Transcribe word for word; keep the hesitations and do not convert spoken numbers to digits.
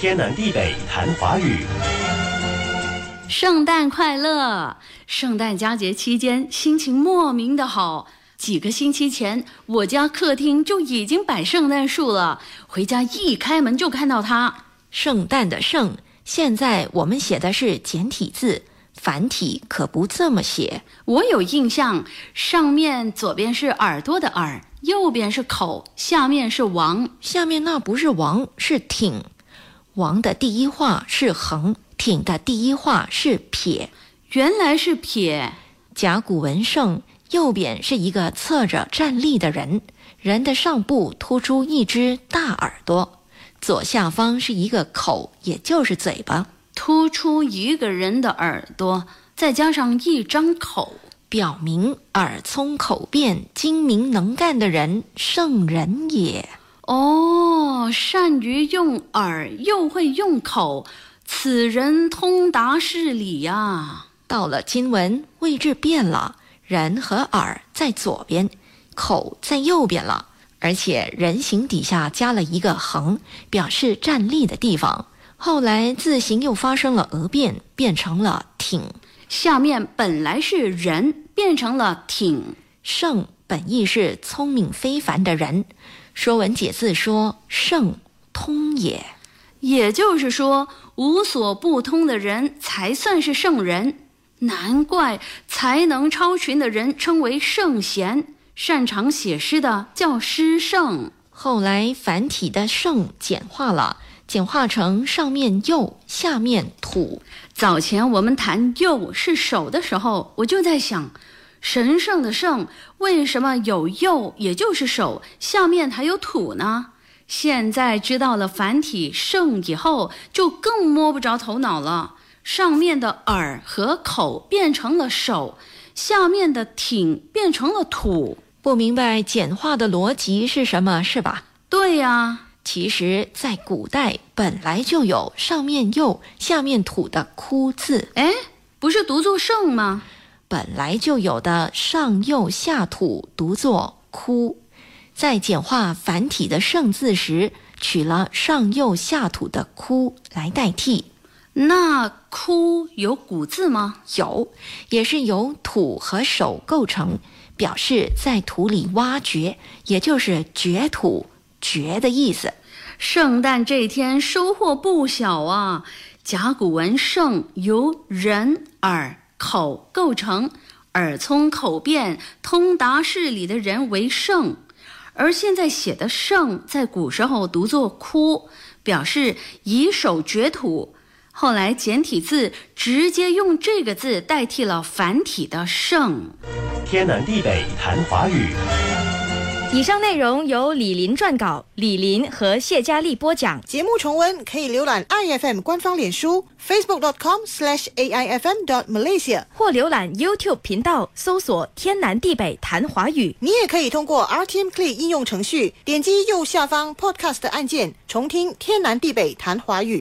天南地北谈华语。 圣诞快乐！圣诞佳节期间，心情莫名的好。几个星期前，我家客厅就已经摆圣诞树了，回家一开门就看到它。 圣诞的圣，现在我们写的是简体字，繁体可不这么写。 我有印象，上面左边是耳朵的耳，右边是口，下面是王。 下面那不是王，是挺。王的第一画是横，挺的第一画是撇。 原来是撇。 甲骨文圣，右边是一个侧着站立的人，人的上部突出一只大耳朵，左下方是一个口，也就是嘴巴， 突出一个人的耳朵，再加上一张口， 表明耳聪口辩、精明能干的人，圣人也。 哦，善于用耳又会用口，此人通达事理呀、啊。 到了今文，位置变了，人和耳在左边，口在右边了，而且人形底下加了一个横，表示站立的地方。后来字形又发生了讹变，变成了挺。 下面本来是人，变成了挺。 圣本意是聪明非凡的人，说文解字说圣通也， 也就是说无所不通的人才算是圣人。难怪才能超群的人称为圣贤，擅长写诗的叫诗圣。 后来繁体的圣简化了，简化成上面右下面土。 早前我们谈右是手的时候，我就在想，神圣的圣为什么有右也就是手，下面还有土呢？现在知道了繁体圣以后，就更摸不着头脑了。上面的耳和口变成了手，下面的挺变成了土。 不明白简化的逻辑是什么，是吧？ 对呀、啊， 其实在古代本来就有上面右下面土的枯字。 哎，不是读作圣吗？ 本来就有的上右下土读作枯，在简化繁体的圣字时，取了上右下土的枯来代替。 那枯有古字吗？ 有，也是由土和手构成，表示在土里挖掘，也就是掘土，掘的意思。 圣诞这天收获不小啊！甲骨文圣由人、耳、口构成，耳聪口辩、通达事理的人为圣，而现在写的圣在古时候读作枯，表示以手掘土。后来简体字直接用这个字代替了繁体的圣。 天南地北谈华语。 以上内容由李林撰稿，李林和谢佳丽播讲。 节目重温可以浏览 I F M 官方脸书 facebook dot com slash A I F M dot Malaysia 或浏览 YouTube 频道，搜索天南地北谈华语。 你也可以通过 R T M Play 应用程序，点击右下方 Podcast 的按键，重听天南地北谈华语。